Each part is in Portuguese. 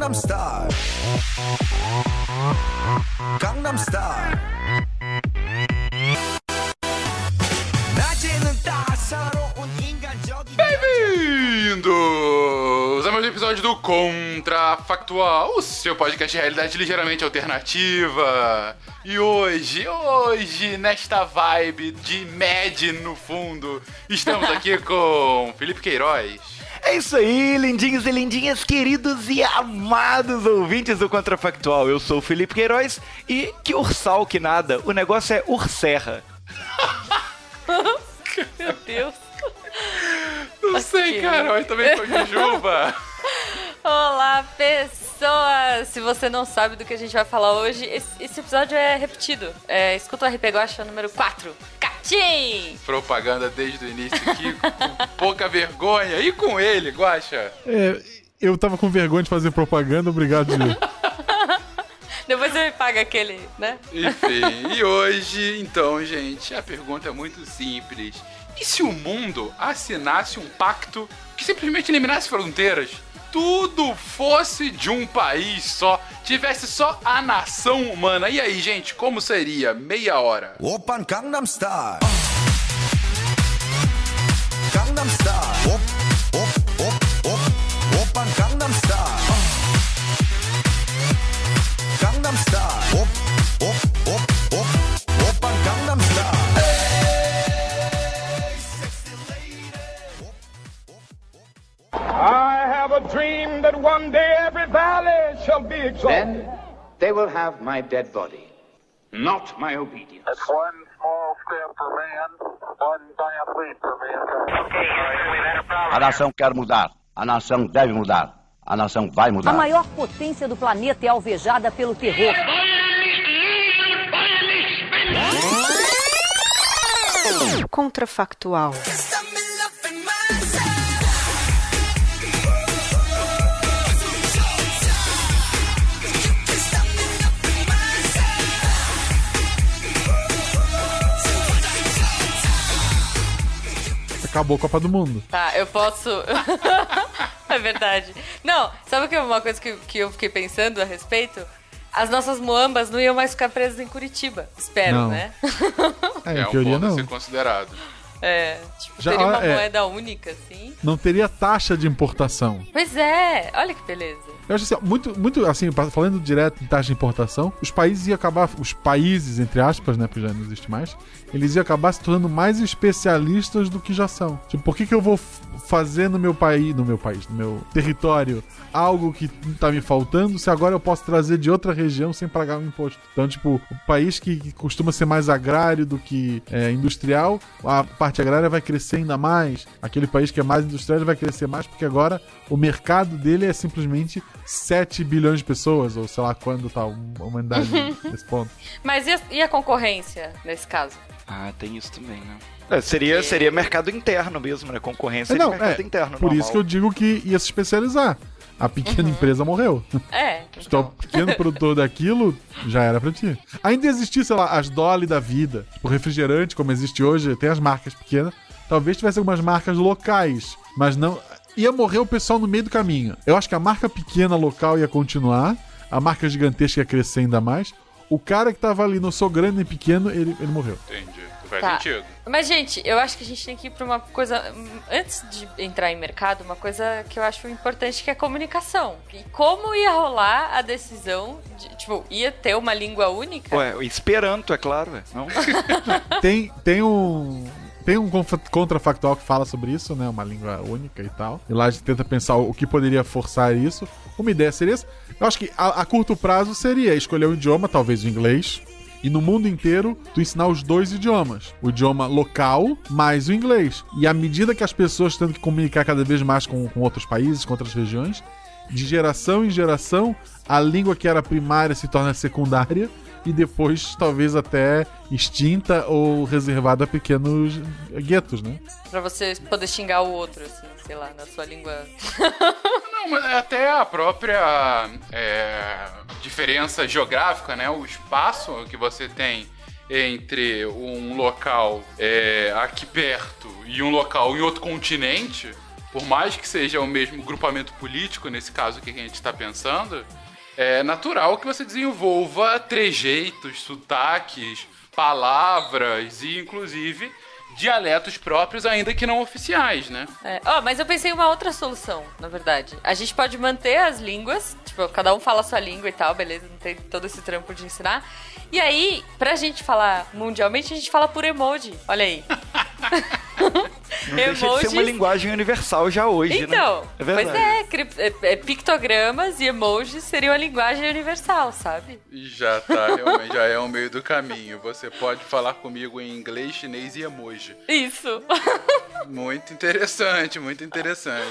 Style. Gangnam Style. Bem-vindos a mais um episódio do Contrafactual, o seu podcast de realidade ligeiramente alternativa. E hoje, nesta vibe de Mad no fundo, estamos aqui com Felipe Queiroz. É isso aí, lindinhos e lindinhas, queridos e amados ouvintes do Contrafactual. Eu sou o Felipe Queiroz e que ursal que nada, o negócio é urserra. Meu Deus. Não sei, cara, mas também foi Jujuba. Olá, pessoas! Se você não sabe do que a gente vai falar hoje, esse episódio é repetido. Escuta o RP Guacha número 4. Catim! Propaganda desde o início aqui, com pouca vergonha. E com ele, Guacha? Eu tava com vergonha de fazer propaganda, obrigado, Gil. Depois você me paga aquele, né? Enfim, e hoje, então, gente, a pergunta é muito simples. E se o mundo assinasse um pacto que simplesmente eliminasse fronteiras? Tudo fosse de um país só, tivesse só a nação humana. E aí, gente, como seria? Meia hora. Oppan Gangnam Style. Gangnam Style. Oppan Gangnam Style. Gangnam Style. Oppan Gangnam Style. I have a dream that one day every valley shall be exalted. Then they will have my dead body, not my obedience. That's one small step for man, one giant leap for mankind. Okay, we've had a problem. A nação quer mudar, a nação deve mudar, a nação vai mudar. A maior potência do planeta é alvejada pelo terror. Contrafactual. Acabou a Copa do Mundo. Tá, eu posso... É verdade. Não, sabe que é uma coisa que eu fiquei pensando a respeito? As nossas muambas não iam mais ficar presas em Curitiba. Espero, Não. né? Em um teoria ponto a não. ser considerado. Teria uma moeda única, assim. Não teria taxa de importação. Pois é, olha que beleza. Eu acho assim, muito assim, falando direto em taxa de importação, os países iam acabar, os países, entre aspas, né, porque já não existe mais, eles iam acabar se tornando mais especialistas do que já são. Tipo, por que eu vou fazer no meu território, algo que tá me faltando, se agora eu posso trazer de outra região sem pagar um imposto? Então, tipo, o país que costuma ser mais agrário do que industrial, a parte agrária vai crescer ainda mais. Aquele país que é mais industrial vai crescer mais, porque agora o mercado dele é simplesmente 7 bilhões de pessoas, ou sei lá quando tá a humanidade nesse ponto. Mas e a concorrência, nesse caso? Ah, tem isso também, né? Seria mercado interno mesmo, né? Concorrência de mercado interno. Por normal. isso que eu digo que ia se especializar. A pequena empresa morreu. Então, o pequeno produtor daquilo já era pra ti. Ainda existir, sei lá, as Dolly da vida. Tipo, refrigerante, como existe hoje, tem as marcas pequenas. Talvez tivesse algumas marcas locais, mas não... Ia morrer o pessoal no meio do caminho. Eu acho que a marca pequena local ia continuar, a marca gigantesca ia crescer ainda mais. O cara que tava ali, não sou grande nem pequeno, ele morreu. Entendi. Faz sentido. Mas, gente, eu acho que a gente tem que ir pra uma coisa... Antes de entrar em mercado, uma coisa que eu acho importante, que é a comunicação. E como ia rolar a decisão de... Tipo, ia ter uma língua única? Ué, o Esperanto, é claro. Não? Tem um contrafactual que fala sobre isso, né? Uma língua única e tal. E lá a gente tenta pensar o que poderia forçar isso. Uma ideia seria essa. Eu acho que a curto prazo seria escolher um idioma, talvez o inglês. E no mundo inteiro, tu ensinar os dois idiomas. O idioma local, mais o inglês. E à medida que as pessoas têm que comunicar cada vez mais com outros países, com outras regiões, de geração em geração, a língua que era primária se torna secundária. E depois, talvez até extinta ou reservada a pequenos guetos, né? Pra você poder xingar o outro, assim, sei lá, na sua língua. Não, mas até a própria diferença geográfica, né? O espaço que você tem entre um local aqui perto e um local em outro continente por mais que seja o mesmo grupamento político, nesse caso que a gente está pensando, é natural que você desenvolva trejeitos, sotaques, palavras e, inclusive, dialetos próprios, ainda que não oficiais, né? Mas eu pensei em uma outra solução, na verdade. A gente pode manter as línguas, tipo, cada um fala a sua língua e tal, beleza, não tem todo esse trampo de ensinar. E aí, pra gente falar mundialmente, a gente fala por emoji. Olha aí. Não deixa de ser uma linguagem universal já hoje, então, né? Pois pictogramas e emojis seriam a linguagem universal, sabe? Já tá, realmente, já é um meio do caminho. Você pode falar comigo em inglês, chinês e emoji. Isso. Muito interessante, muito interessante.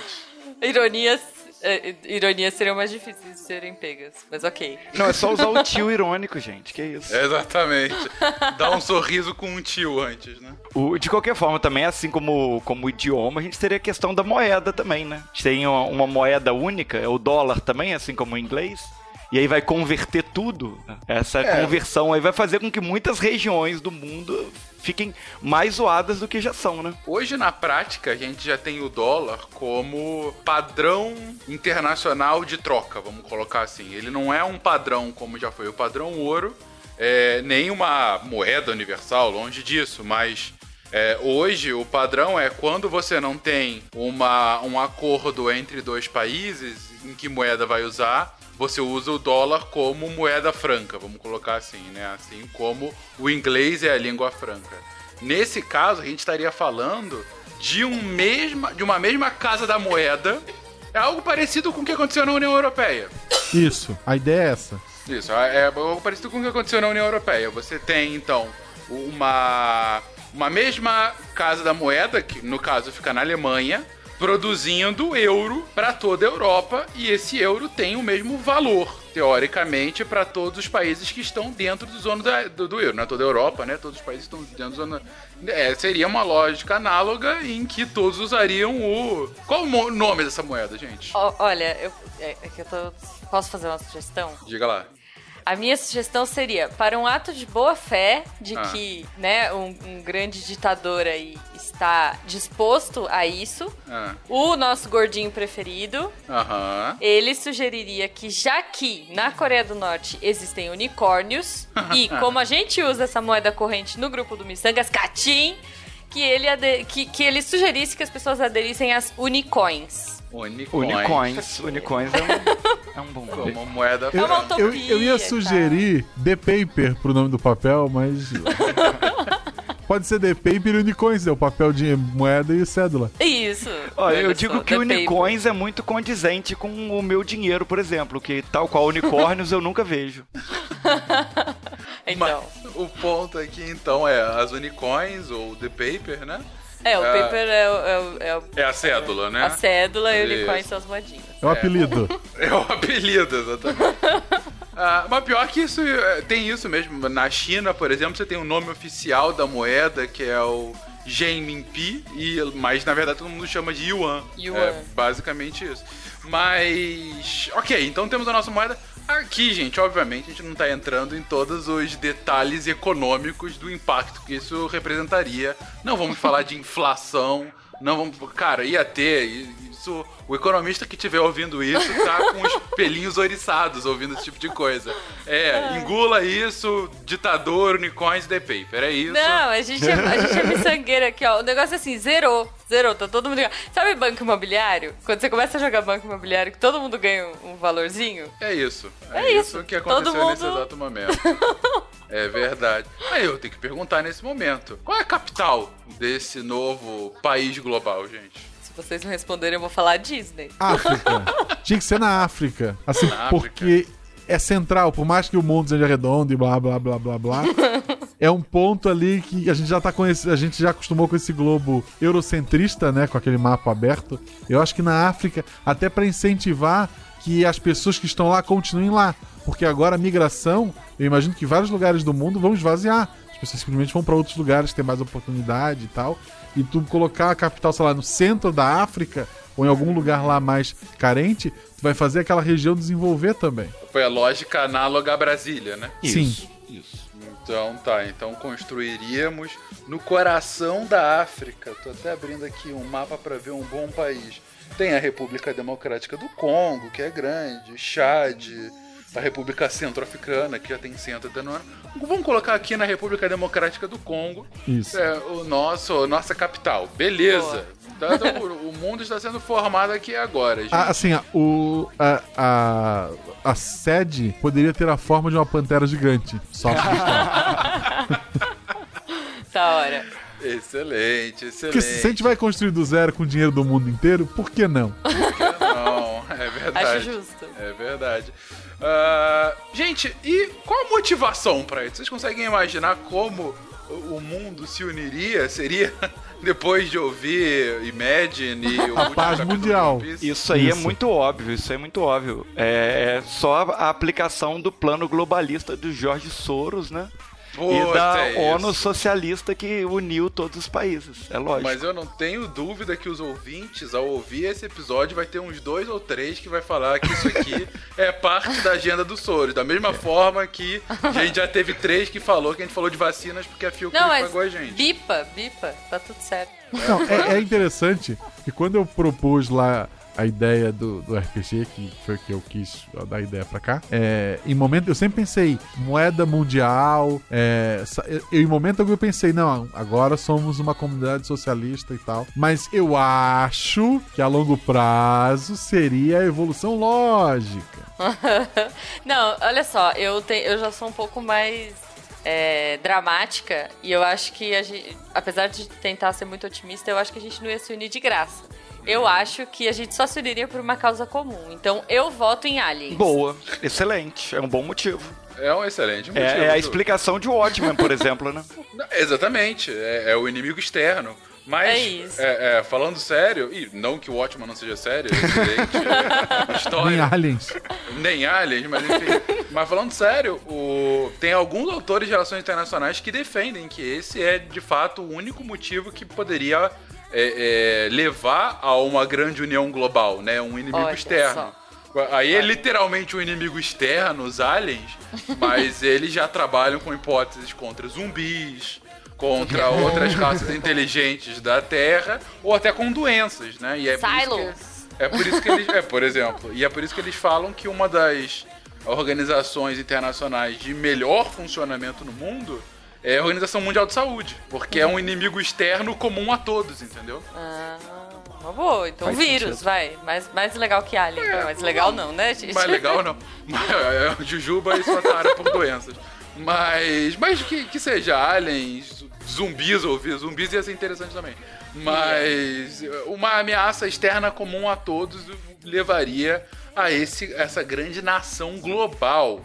Ironias seriam mais difíceis de serem pegas, mas ok. Não, é só usar o tio irônico, gente, que isso. Exatamente. Dá um sorriso com um tio antes, né? De qualquer forma, também, assim como o idioma, a gente teria a questão da moeda também, né? A gente tem uma moeda única, é o dólar também, assim como o inglês. E aí vai converter tudo. Essa conversão aí vai fazer com que muitas regiões do mundo fiquem mais zoadas do que já são, né? Hoje, na prática, a gente já tem o dólar como padrão internacional de troca, vamos colocar assim. Ele não é um padrão como já foi o padrão ouro, nem uma moeda universal, longe disso, mas hoje o padrão é quando você não tem um acordo entre dois países em que moeda vai usar, você usa o dólar como moeda franca, vamos colocar assim, né? Assim como o inglês é a língua franca. Nesse caso, a gente estaria falando de uma mesma casa da moeda. É algo parecido com o que aconteceu na União Europeia. Isso, a ideia é essa. Isso, é algo parecido com o que aconteceu na União Europeia. Você tem, então, uma mesma casa da moeda, que no caso fica na Alemanha, produzindo euro para toda a Europa, e esse euro tem o mesmo valor, teoricamente, para todos os países que estão dentro do zona do euro. Não é toda a Europa, né? Todos os países estão dentro da zona... seria uma lógica análoga em que todos usariam o... Qual o nome dessa moeda, gente? Olha, posso fazer uma sugestão? Diga lá. A minha sugestão seria, para um ato de boa fé, de que, né, um grande ditador aí está disposto a isso, o nosso gordinho preferido, ele sugeriria que, já que na Coreia do Norte existem unicórnios, e como a gente usa essa moeda corrente no grupo do Missangas, Catim, que ele sugerisse que as pessoas aderissem às unicoins. Unicões é um bom nome. Uma moeda. É uma utopia, eu ia sugerir The Paper pro nome do papel, mas pode ser The Paper e Unicões, é o papel de moeda e cédula. Isso. Olha, eu digo que Unicões é muito condizente com o meu dinheiro, por exemplo, que tal qual unicórnios eu nunca vejo. Então. Mas o ponto aqui, então, é as Unicões ou The Paper, né? O paper é a cédula, né? A cédula e o unicórnio são as moedinhas. É o apelido. É o apelido, exatamente. Mas pior que isso, tem isso mesmo. Na China, por exemplo, você tem o nome oficial da moeda, que é o Renminbi, mas na verdade todo mundo chama de Yuan. É basicamente isso. Mas, ok, então temos a nossa moeda. Aqui, gente, obviamente, a gente não tá entrando em todos os detalhes econômicos do impacto que isso representaria. Não vamos falar de inflação, não vamos... Cara, ia ter... Isso, o economista que estiver ouvindo isso tá com os pelinhos oriçados ouvindo esse tipo de coisa. Engula isso, ditador, unicórnios, The Paper, é isso. Não, a gente é miçangueira aqui, ó. O negócio é assim, zerou, tá todo mundo... Sabe banco imobiliário? Quando você começa a jogar banco imobiliário, que todo mundo ganha um valorzinho? É isso. É isso que aconteceu nesse exato momento. É verdade. Aí eu tenho que perguntar nesse momento, qual é a capital desse novo país global, gente? Se vocês não responderem, eu vou falar Disney. África. Tinha que ser na África. Assim, porque é central, por mais que o mundo seja redondo e blá, blá, blá, blá, blá. É um ponto ali que a gente já tá a gente já acostumou com esse globo eurocentrista, né, com aquele mapa aberto. Eu acho que na África, até pra incentivar que as pessoas que estão lá continuem lá. Porque agora a migração, eu imagino que vários lugares do mundo vão esvaziar. As pessoas simplesmente vão pra outros lugares que tem mais oportunidade e tal. E tu colocar a capital, sei lá, no centro da África ou em algum lugar lá mais carente, tu vai fazer aquela região desenvolver também. Foi a lógica análoga a Brasília, né? Sim. Isso. Então tá, então construiríamos no coração da África. Tô até abrindo aqui um mapa para ver um bom país. Tem a República Democrática do Congo, que é grande, Chad, a República Centro-Africana, que já tem 189 anos. Vamos colocar aqui na República Democrática do Congo. Isso. Nossa capital. Beleza. Então, o mundo está sendo formado aqui agora, gente. Assim, a sede poderia ter a forma de uma pantera gigante. Só Da hora. Excelente. Porque se a gente vai construir do zero com o dinheiro do mundo inteiro, por que não? Não, é verdade. Acho justo. É verdade. Gente, e qual a motivação para isso? Vocês conseguem imaginar como o mundo se uniria? Seria depois de ouvir Imagine e o a paz mundial. Isso aí é muito óbvio, É só a aplicação do plano globalista do George Soros, né? E da ONU socialista que uniu todos os países, é lógico. Mas eu não tenho dúvida que os ouvintes, ao ouvir esse episódio, vai ter uns 2 ou 3 que vai falar que isso aqui é parte da agenda do Soros. Da mesma forma que a gente já teve 3 que falou que a gente falou de vacinas porque a Fiocruz pagou a gente. Bipa, tá tudo certo. Não, é interessante que quando eu propus lá a ideia do RPG, que foi o que eu quis dar a ideia pra cá, em momento eu sempre pensei moeda mundial, em momento algum eu pensei, não, agora somos uma comunidade socialista e tal, mas eu acho que a longo prazo seria a evolução lógica. Não, olha só, eu já sou um pouco mais dramática, e eu acho que a gente, apesar de tentar ser muito otimista, eu acho que a gente não ia se unir de graça. Eu acho que a gente só se uniria por uma causa comum. Então, eu voto em Aliens. Boa, excelente. É um bom motivo. É um excelente motivo. É a explicação de Watchmen, por exemplo, né? Exatamente. É o inimigo externo. Mas, é isso. Falando sério, e não que o Watchmen não seja sério, é evidente, história. Nem aliens, mas enfim. Mas falando sério, tem alguns autores de relações internacionais que defendem que esse é, de fato, o único motivo que poderia levar a uma grande união global, né? Um inimigo externo. Aí é literalmente um inimigo externo, os aliens, mas eles já trabalham com hipóteses contra zumbis, contra outras raças inteligentes da Terra, ou até com doenças, né? E por isso que eles, por exemplo, e é por isso que eles falam que uma das organizações internacionais de melhor funcionamento no mundo é a Organização Mundial de Saúde, porque é um inimigo externo comum a todos, entendeu? Uma boa. Então vírus, vai. Mais legal que alien. Mais legal não, né, gente? Mais legal não. Jujuba e sua tara por doenças. Mas que seja aliens, zumbis ia ser interessante também. Mas uma ameaça externa comum a todos levaria a essa grande nação global.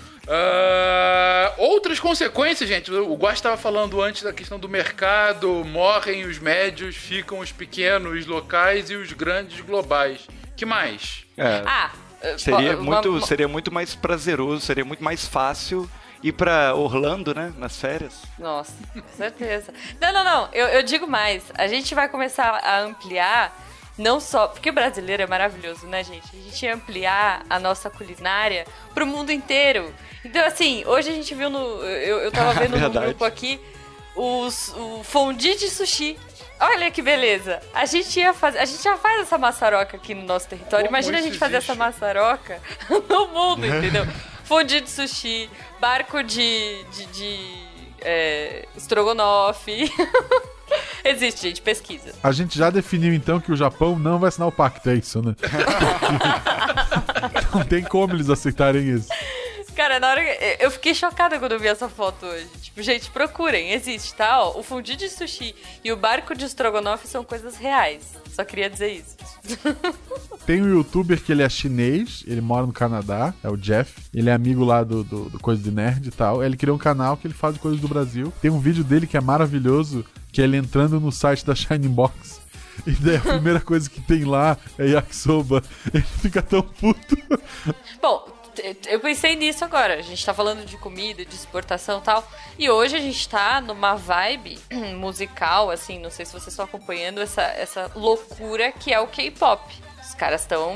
Outras consequências, gente. O Guax estava falando antes da questão do mercado. Morrem os médios, ficam os pequenos locais e os grandes globais. Que mais? Seria muito mais prazeroso, seria muito mais fácil ir pra Orlando, né? Nas férias. Nossa, com certeza. Não. Eu digo mais. A gente vai começar a ampliar. Não só... Porque o brasileiro é maravilhoso, né, gente? A gente ia ampliar a nossa culinária pro mundo inteiro. Então, assim, hoje a gente viu eu tava vendo no grupo aqui o fondue de sushi. Olha que beleza. A gente já faz essa maçaroca aqui no nosso território. Imagina a gente fazer essa maçaroca no mundo, entendeu? Fondue de sushi, barco de estrogonofe... Existe, gente, pesquisa. A gente já definiu, então, que o Japão não vai assinar o pacto, é isso, né? Não tem como eles aceitarem isso. Cara, na hora eu fiquei chocada quando eu vi essa foto hoje. Tipo, gente, procurem, existe, tá? Ó, o fondue de sushi e o barco de estrogonofe são coisas reais. Só queria dizer isso. Tem um youtuber que ele é chinês, ele mora no Canadá, é o Jeff. Ele é amigo lá do Coisa de Nerd e tal. Ele criou um canal que ele fala de coisas do Brasil. Tem um vídeo dele que é maravilhoso, que é ele entrando no site da Shining Box. E daí a primeira coisa que tem lá é yakisoba. Ele fica tão puto. Bom, eu pensei nisso agora. A gente tá falando de comida, de exportação e tal. E hoje a gente tá numa vibe musical, assim, não sei se vocês estão acompanhando essa loucura que é o K-pop. Os caras estão,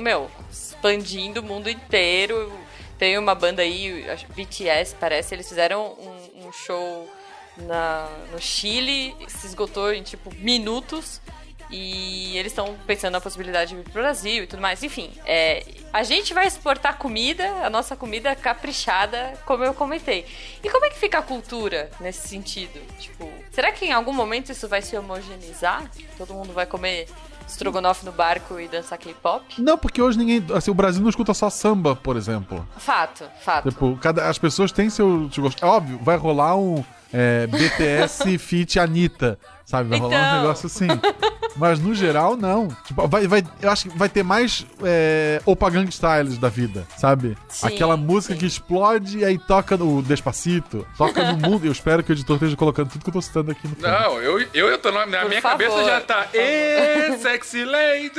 expandindo o mundo inteiro. Tem uma banda aí, BTS, parece, eles fizeram um um show no Chile, se esgotou em, tipo, minutos. E eles estão pensando na possibilidade de vir pro Brasil e tudo mais. Enfim, a gente vai exportar comida, a nossa comida caprichada, como eu comentei. E como é que fica a cultura nesse sentido? Tipo, será que em algum momento isso vai se homogeneizar? Todo mundo vai comer estrogonofe no barco e dançar K-pop? Não, porque hoje ninguém... Assim, o Brasil não escuta só samba, por exemplo. Fato. Tipo, as pessoas têm seu gosto. É óbvio, vai rolar um BTS feat Anitta, sabe? Vai rolar um negócio assim. Mas no geral, não. Tipo, eu acho que vai ter mais Opa Gang Styles da vida, sabe? Sim, aquela música que explode e aí toca no Despacito, toca no mundo. Eu espero que o editor esteja colocando tudo que eu tô citando aqui no fundo. Não, eu tô na minha cabeça já tá. Sexy lady!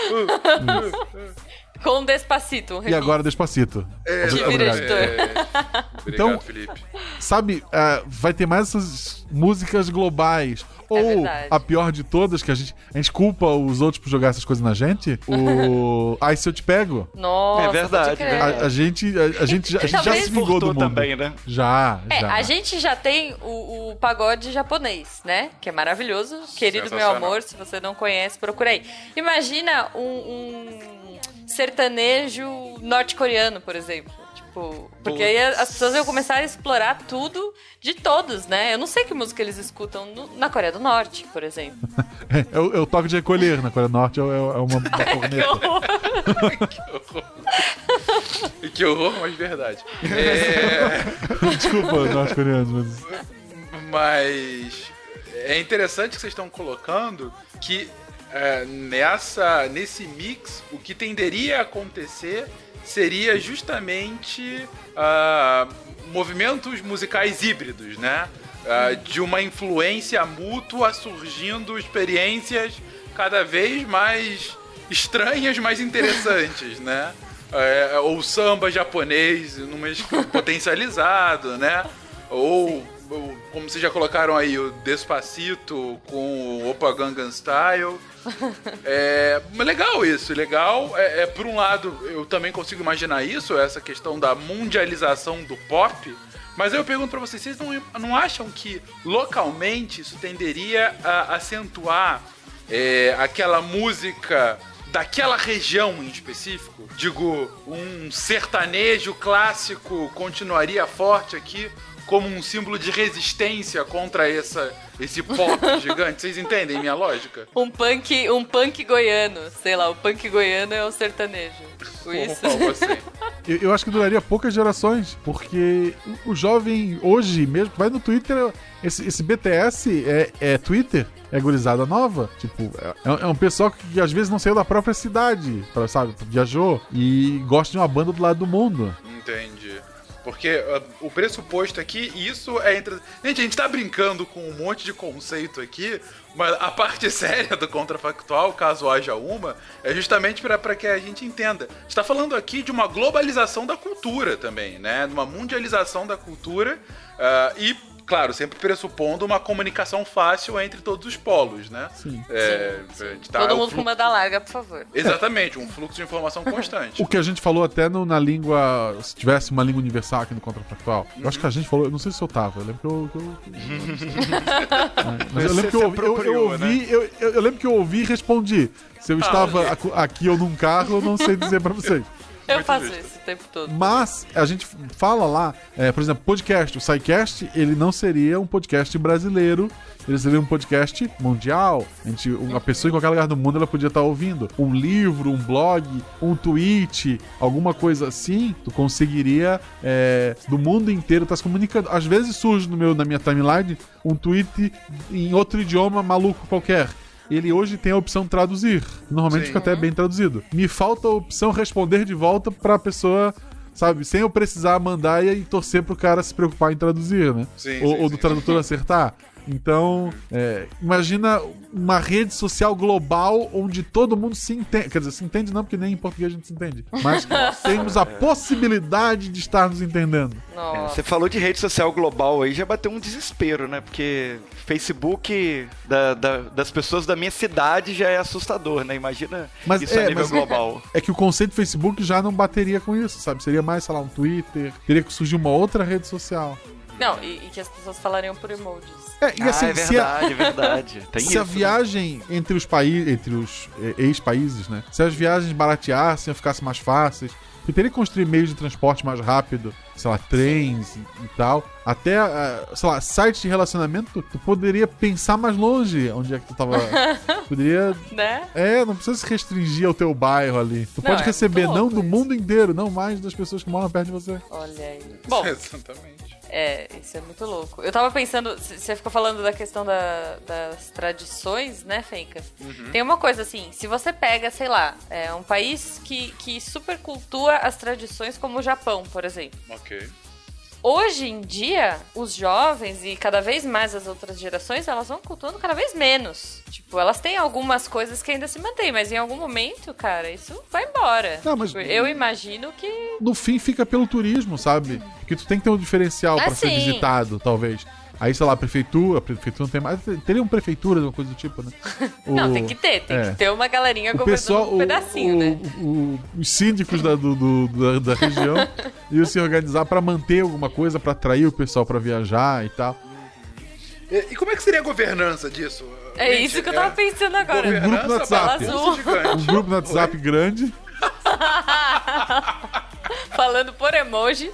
Com Despacito. E agora Despacito. Obrigado. Então, Felipe. Sabe, vai ter mais essas músicas globais. Ou a pior de todas, que a gente culpa os outros por jogar essas coisas na gente, Ai Se Eu Te Pego. Nossa, é verdade. A gente já se vingou do mundo. Também, né? Já. A gente já tem o pagode japonês, né? Que é maravilhoso. Querido meu amor, se você não conhece, procura aí. Imagina um sertanejo norte-coreano, por exemplo. Porque aí as pessoas iam começar a explorar tudo de todos, né? Eu não sei que música eles escutam na Coreia do Norte, por exemplo. É o toque de recolher. Na Coreia do Norte é uma corneta. Que horror, mas verdade. Desculpa, norte-coreanos, mas é interessante que vocês estão colocando que nesse mix, o que tenderia a acontecer seria justamente movimentos musicais híbridos, né? De uma influência mútua surgindo experiências cada vez mais estranhas, mais interessantes, né? Ou samba japonês potencializado, né? Ou como vocês já colocaram aí, o Despacito com o Opa Gangnam Style. Legal isso, legal. Por um lado, eu também consigo imaginar isso, essa questão da mundialização do pop. Mas eu pergunto pra vocês não acham que localmente isso tenderia a acentuar aquela música daquela região em específico? Digo, um sertanejo clássico continuaria forte aqui como um símbolo de resistência contra esse pop gigante. Vocês entendem minha lógica? Um punk goiano. Sei lá, o punk goiano é o sertanejo. Isso. Eu acho que duraria poucas gerações, porque o jovem hoje mesmo, vai no Twitter, esse BTS é Twitter, é gurizada nova. Tipo, é um pessoal que às vezes não saiu da própria cidade, sabe? Viajou e gosta de uma banda do lado do mundo. Entendi. Porque o pressuposto aqui, isso é entre... Gente, a gente tá brincando com um monte de conceito aqui, mas a parte séria do contrafactual, caso haja uma, é justamente para que a gente entenda. A gente tá falando aqui de uma globalização da cultura também, né? De uma mundialização da cultura e, claro, sempre pressupondo uma comunicação fácil entre todos os polos, né? Sim. Todo mundo com banda larga, por favor. Exatamente, um fluxo de informação constante. O que a gente falou até na língua, se tivesse uma língua universal aqui no Contrafactual, eu acho que a gente falou, eu não sei se eu tava, eu lembro que eu mas eu lembro que eu ouvi, eu lembro que eu ouvi e respondi. Se eu estava aqui ou num carro, eu não sei dizer pra vocês. Eu faço isso o tempo todo. Mas a gente fala lá, por exemplo, podcast. O SciCast, ele não seria um podcast brasileiro, ele seria um podcast mundial. Uma pessoa em qualquer lugar do mundo ela podia estar ouvindo. Um livro, um blog, um tweet, alguma coisa assim, tu conseguiria do mundo inteiro estar se comunicando. Às vezes surge na minha timeline um tweet em outro idioma maluco qualquer. Ele hoje tem a opção traduzir. Normalmente fica até bem traduzido. Me falta a opção responder de volta pra pessoa, sabe? Sem eu precisar mandar e torcer pro cara se preocupar em traduzir, né? Ou do tradutor acertar. Então, imagina uma rede social global onde todo mundo se entende. Quer dizer, se entende não, porque nem em português a gente se entende. Mas temos a possibilidade de estar nos entendendo. Você falou de rede social global aí, já bateu um desespero, né? Porque Facebook das pessoas da minha cidade já é assustador, né? Imagina isso a nível global. É que o conceito do Facebook já não bateria com isso, sabe? Seria mais, sei lá, um Twitter. Teria que surgir uma outra rede social. Não, e que as pessoas falariam por emojis. E assim, é verdade. Tem se isso, a viagem entre os países, entre os ex-países, né? Se as viagens barateassem, ficassem mais fáceis, você teria que construir meios de transporte mais rápido, sei lá, trens e tal. Até, sei lá, sites de relacionamento, tu poderia pensar mais longe onde é que tu tava. Poderia. Né? Não precisa se restringir ao teu bairro ali. Tu pode receber não do mundo inteiro, não mais das pessoas que moram perto de você. Olha aí. Bom. Exatamente. Isso é muito louco. Eu tava pensando, você ficou falando da questão das tradições, né, Fencas? Tem uma coisa assim, se você pega, sei lá, um país que super cultua as tradições como o Japão, por exemplo. Ok. Hoje em dia, os jovens e cada vez mais as outras gerações, elas vão cultuando cada vez menos. Tipo, elas têm algumas coisas que ainda se mantêm, mas em algum momento, cara, isso vai embora. Não, mas eu imagino que... No fim fica pelo turismo, sabe? Porque tu tem que ter um diferencial pra ser visitado, talvez. Aí, sei lá, a prefeitura não tem mais. Teria uma prefeitura, alguma coisa do tipo, né? Não, tem que ter uma galerinha governando um pedacinho, né? Os síndicos da região iam se organizar pra manter alguma coisa, pra atrair o pessoal pra viajar e tal. E como é que seria a governança disso? Isso que eu tava pensando agora. Um grupo no WhatsApp. Um grupo no WhatsApp grande. Falando por emojis.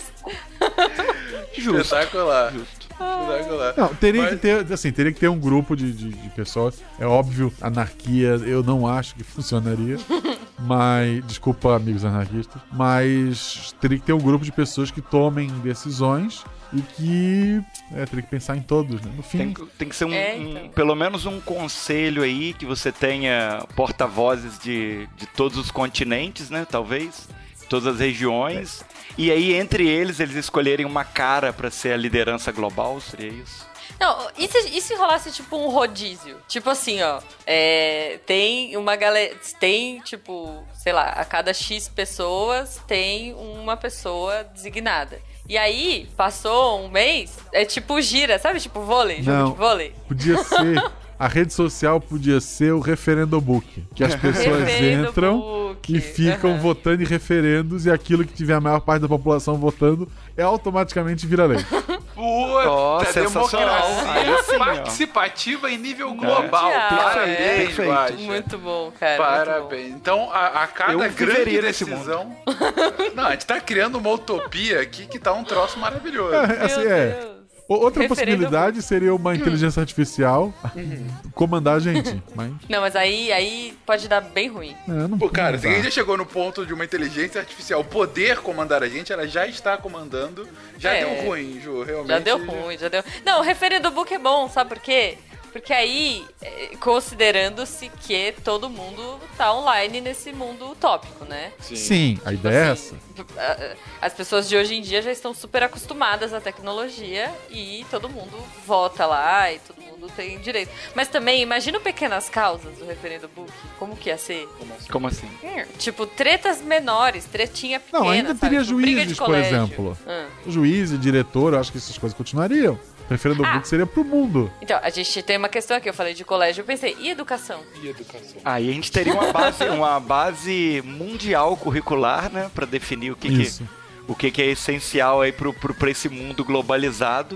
Espetacular. Não, teria que ter um grupo de pessoas. É óbvio, anarquia eu não acho que funcionaria. Mas, desculpa, amigos anarquistas, mas teria que ter um grupo de pessoas que tomem decisões e que teria que pensar em todos, né? No fim, tem que ser pelo menos um conselho aí, que você tenha porta-vozes de todos os continentes, né? Talvez, todas as regiões. E aí, entre eles escolherem uma cara pra ser a liderança global, seria isso? Não, e se rolasse tipo um rodízio? Tipo assim, ó, tem uma galera, tem tipo, sei lá, a cada X pessoas tem uma pessoa designada. E aí, passou um mês, é tipo gira, sabe? Tipo vôlei, jogo de vôlei. Podia ser... A rede social podia ser o referendo book, que as pessoas entram e ficam votando em referendos, e aquilo que tiver a maior parte da população votando automaticamente vira lei. Puta, democracia participativa em nível global. Parabéns, Guaxa. Muito bom, cara. Parabéns. Muito bom. Então, a cada grande decisão... Não, a gente tá criando uma utopia aqui que tá um troço maravilhoso. Outra possibilidade seria uma inteligência artificial comandar a gente. Não, mas aí pode dar bem ruim. Cara, se a gente já chegou no ponto de uma inteligência artificial poder comandar a gente, ela já está comandando. Já deu ruim, Ju, realmente. Já deu ruim. Não, o referendo book é bom, sabe por quê? Porque aí, considerando-se que todo mundo tá online nesse mundo utópico, né? Sim, a ideia é essa. As pessoas de hoje em dia já estão super acostumadas à tecnologia e todo mundo vota lá e todo mundo tem direito. Mas também, imagina o Pequenas Causas do referendo book. Como que ia ser? Como assim? Tipo, tretas menores, tretinha pequena. Não, ainda teria tipo, juízes, por exemplo. Juiz e diretor, eu acho que essas coisas continuariam. O referendo book seria pro mundo. Então, a gente tem uma questão aqui, eu falei de colégio, eu pensei, e educação? Aí a gente teria uma base mundial curricular, né, pra definir o que é essencial aí pra esse mundo globalizado.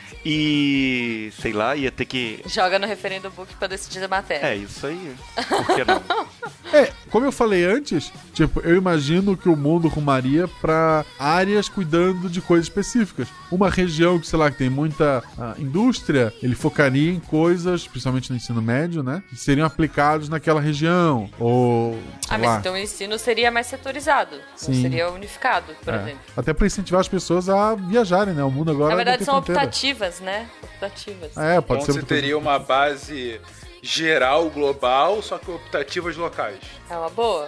E, sei lá, ia ter que... Joga no referendo book pra decidir a matéria. É isso aí. Por que não? Como eu falei antes, tipo, eu imagino que o mundo rumaria pra áreas cuidando de coisas específicas. Uma região que, sei lá, que tem muita indústria, ele focaria em coisas, principalmente no ensino médio, né, que seriam aplicados naquela região. Ou, mas então o ensino seria mais setorizado. Sim. Não seria unificado, por exemplo. Até pra incentivar as pessoas a viajarem, né? O mundo agora... Na verdade, são optativas, né? Optativas. Pode ser. Você teria uma base geral, global, só que optativas locais. É uma boa.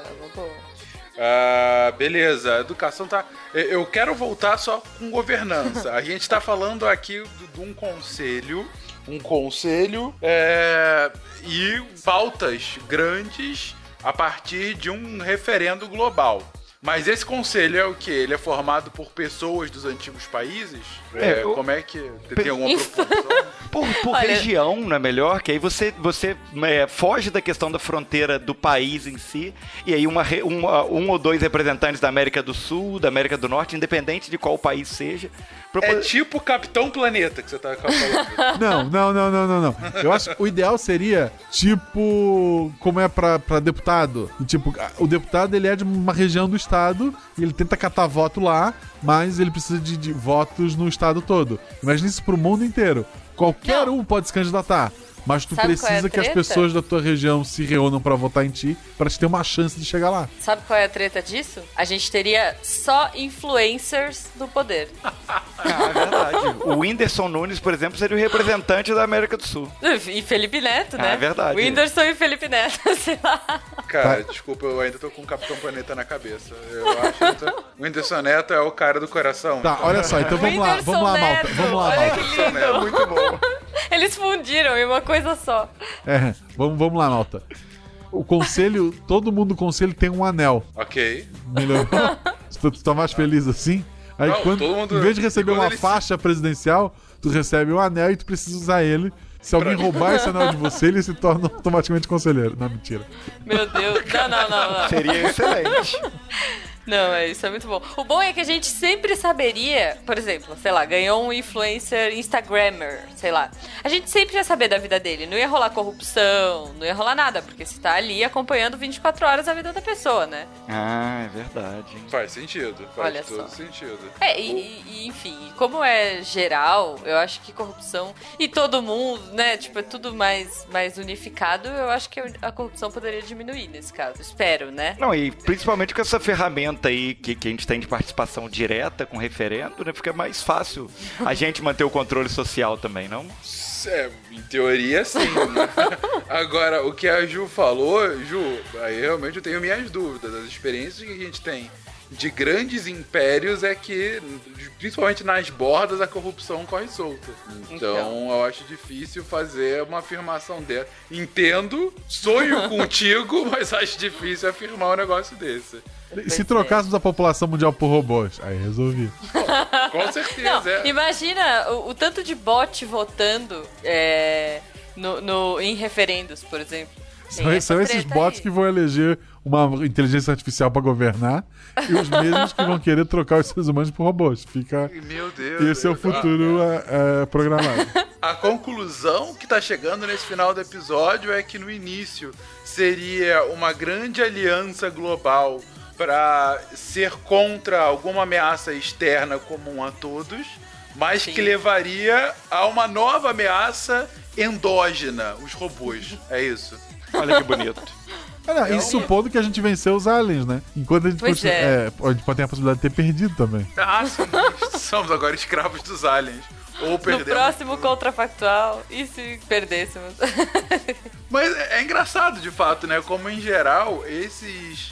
Beleza, a educação tá... Eu quero voltar só com governança. A gente tá falando aqui de um conselho e pautas grandes a partir de um referendo global. Mas esse conselho é o quê? Ele é formado por pessoas dos antigos países? Como é que... Tem alguma proporção? Por região, não é melhor? Que aí você foge da questão da fronteira do país em si, e aí um ou dois representantes da América do Sul, da América do Norte, independente de qual país seja. É tipo Capitão Planeta que você tá falando. Não. Eu acho que o ideal seria, tipo, como é pra deputado. E, tipo, o deputado, ele é de uma região do estado, e ele tenta catar voto lá, mas ele precisa de votos no estado todo. Imagina isso pro mundo inteiro. Qualquer um pode se candidatar, mas tu precisa que as pessoas da tua região se reúnam pra votar em ti, pra te ter uma chance de chegar lá. Sabe qual é a treta disso? A gente teria só influencers do poder. É verdade. O Whindersson Nunes, por exemplo, seria o representante da América do Sul. E Felipe Neto, né? É verdade. Whindersson e Felipe Neto, sei lá. Cara, desculpa, eu ainda tô com o Capitão Planeta na cabeça. Eu acho que o Whindersson Neto é o cara do coração. Tá, olha só, então vamos lá, Malta. Olha que lindo. É muito bom. Eles fundiram em uma coisa só. Vamos lá, Malta. O conselho, todo mundo do conselho tem um anel. Ok. Melhor. Tu tá mais feliz assim? Aí Não, em vez de receber uma faixa presidencial, tu recebe um anel e tu precisa usar ele. Se alguém roubar esse anel de você, ele se torna automaticamente conselheiro. Não, mentira. Meu Deus. Não. Seria excelente. Não, isso é muito bom. O bom é que a gente sempre saberia, por exemplo, sei lá, ganhou um influencer Instagrammer, sei lá. A gente sempre ia saber da vida dele. Não ia rolar corrupção, não ia rolar nada, porque você tá ali acompanhando 24 horas a vida da pessoa, né? Ah, é verdade. Faz sentido. Olha todo só. sentido. Enfim, como é geral, eu acho que corrupção e todo mundo, né, tipo, é tudo mais unificado, eu acho que a corrupção poderia diminuir nesse caso. Espero, né? Não, e principalmente com essa ferramenta aí que a gente tem de participação direta com referendo, né? Fica mais fácil a gente manter o controle social também, não? Em teoria, sim. Né? Agora, o que a Ju falou, aí realmente eu tenho minhas dúvidas. As experiências que a gente tem de grandes impérios é que, principalmente nas bordas, a corrupção corre solta. Então, eu acho difícil fazer uma afirmação dessa. Entendo, sonho contigo, mas acho difícil afirmar um negócio desse. Se trocássemos a população mundial por robôs, aí resolvi. Com certeza, Imagina o tanto de bot votando em referendos, por exemplo. São esses bots que vão eleger uma inteligência artificial pra governar e os mesmos que vão querer trocar os seres humanos por robôs. Meu Deus. Esse é o futuro programado. A conclusão que tá chegando nesse final do episódio é que no início seria uma grande aliança global para ser contra alguma ameaça externa comum a todos, mas que levaria a uma nova ameaça endógena, os robôs. É isso. Olha que bonito. Isso supondo que a gente venceu os aliens, né? Enquanto a gente pode ter a possibilidade de ter perdido também. Somos agora escravos dos aliens. Ou perdemos. No próximo contrafactual, e se perdêssemos? Mas é engraçado, de fato, né? Como, em geral, esses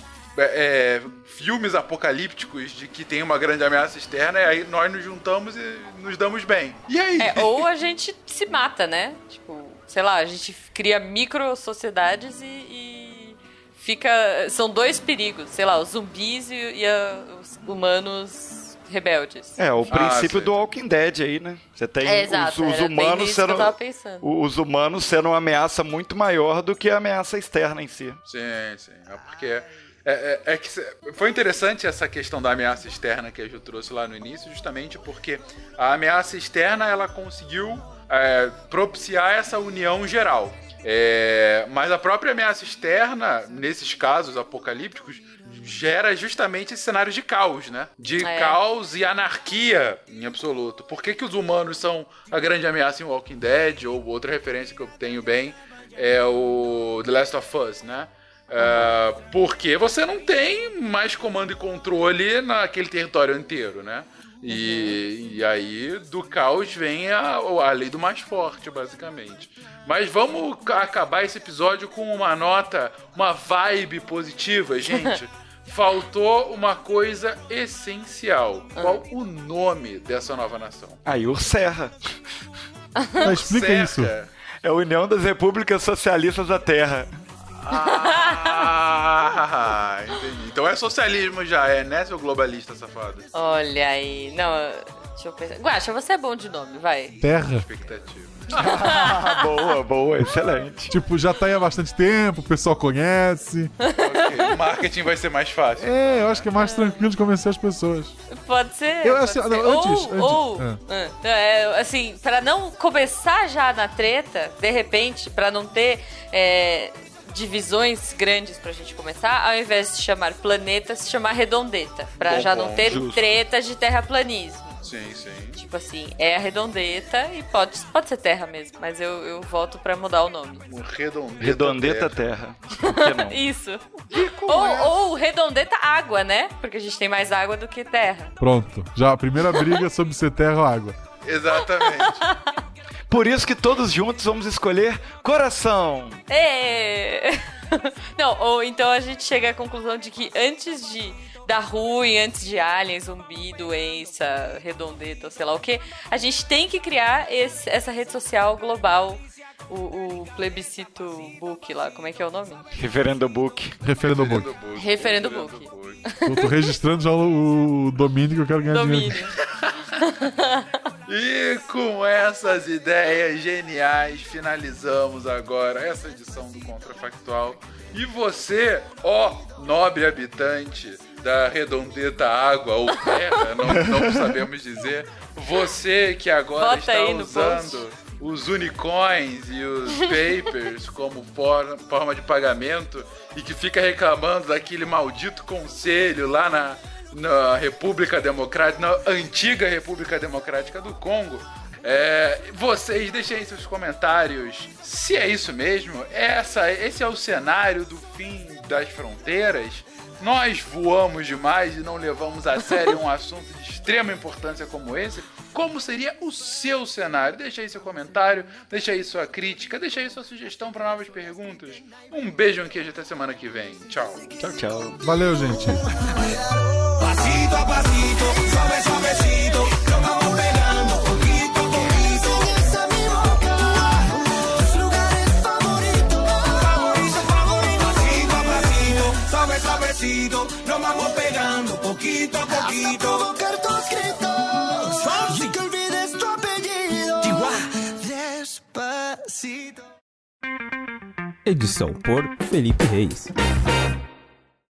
filmes apocalípticos de que tem uma grande ameaça externa, e aí nós nos juntamos e nos damos bem. E aí? Ou a gente se mata, né? Tipo, sei lá, a gente cria micro-sociedades e fica... São dois perigos, sei lá, os zumbis e os humanos rebeldes. O princípio do Walking Dead aí, né? Você tem os humanos sendo... Os humanos sendo uma ameaça muito maior do que a ameaça externa em si. Sim. Porque... que foi interessante essa questão da ameaça externa que a Ju trouxe lá no início, justamente porque a ameaça externa ela conseguiu propiciar essa união geral. Mas a própria ameaça externa, nesses casos apocalípticos, gera justamente esse cenário de caos, né? De caos e anarquia em absoluto. Por que os humanos são a grande ameaça em Walking Dead? Ou outra referência que eu tenho bem é o The Last of Us, né? Porque você não tem mais comando e controle naquele território inteiro, né? E aí do caos vem a lei do mais forte, basicamente. Mas vamos acabar esse episódio com uma nota, uma vibe positiva, gente. Faltou uma coisa essencial. Qual o nome dessa nova nação? Aí, Serra. Explica isso. É a União das Repúblicas Socialistas da Terra. Entendi. Então é socialismo já, né, seu globalista safado? Olha aí. Não, deixa eu pensar. Guaxa, você é bom de nome, vai. Terra. Expectativa. Boa, excelente. Tipo, já tá aí há bastante tempo, o pessoal conhece. Ok, o marketing vai ser mais fácil. Eu acho que é mais tranquilo de convencer as pessoas. Pode ser. Assim, pra não começar já na treta, de repente, pra não ter divisões grandes pra gente começar, ao invés de se chamar planeta, se chamar redondeta. Pra já não ter tretas de terraplanismo. Sim. Tipo assim, é a redondeta e pode ser terra mesmo, mas eu voto pra mudar o nome. Redondeta terra. Por que não? Isso. Ou redondeta água, né? Porque a gente tem mais água do que terra. Pronto. Já a primeira briga sobre ser terra ou água. Exatamente. Por isso que todos juntos vamos escolher coração. Não, ou então a gente chega à conclusão de que antes de dar ruim, antes de alien, zumbi, doença, redondeta, sei lá o que, a gente tem que criar essa rede social global, o plebiscito book lá, como é que é o nome? Referendo book. Referendo book. Tô registrando já o domínio que eu quero ganhar dinheiro. E com essas ideias geniais, finalizamos agora essa edição do Contrafactual. E você, ó nobre habitante da redondeta água ou terra, não sabemos dizer, você que agora está usando os unicorns e os papers como forma de pagamento e que fica reclamando daquele maldito conselho lá na República Democrática, na antiga República Democrática do Congo. Vocês deixem aí seus comentários se é isso mesmo, esse é o cenário do fim das fronteiras. Nós voamos demais e não levamos a sério um assunto de extrema importância como esse. Como seria o seu cenário? Deixa aí seu comentário, deixa aí sua crítica, deixa aí sua sugestão para novas perguntas. Um beijo, um queijo, até semana que vem. Tchau. Tchau. Valeu, gente. Pasito a pasito, suave suavecito, nos vamos pegando poquito a poquito. Esa mi boca, tus lugares favoritos. Pasito a pasito, suave suavecito, nos vamos pegando poquito a poquito. Hasta provocar tus gritos, sin que olvides tu apellido. Despacito. Edição por Felipe Reis.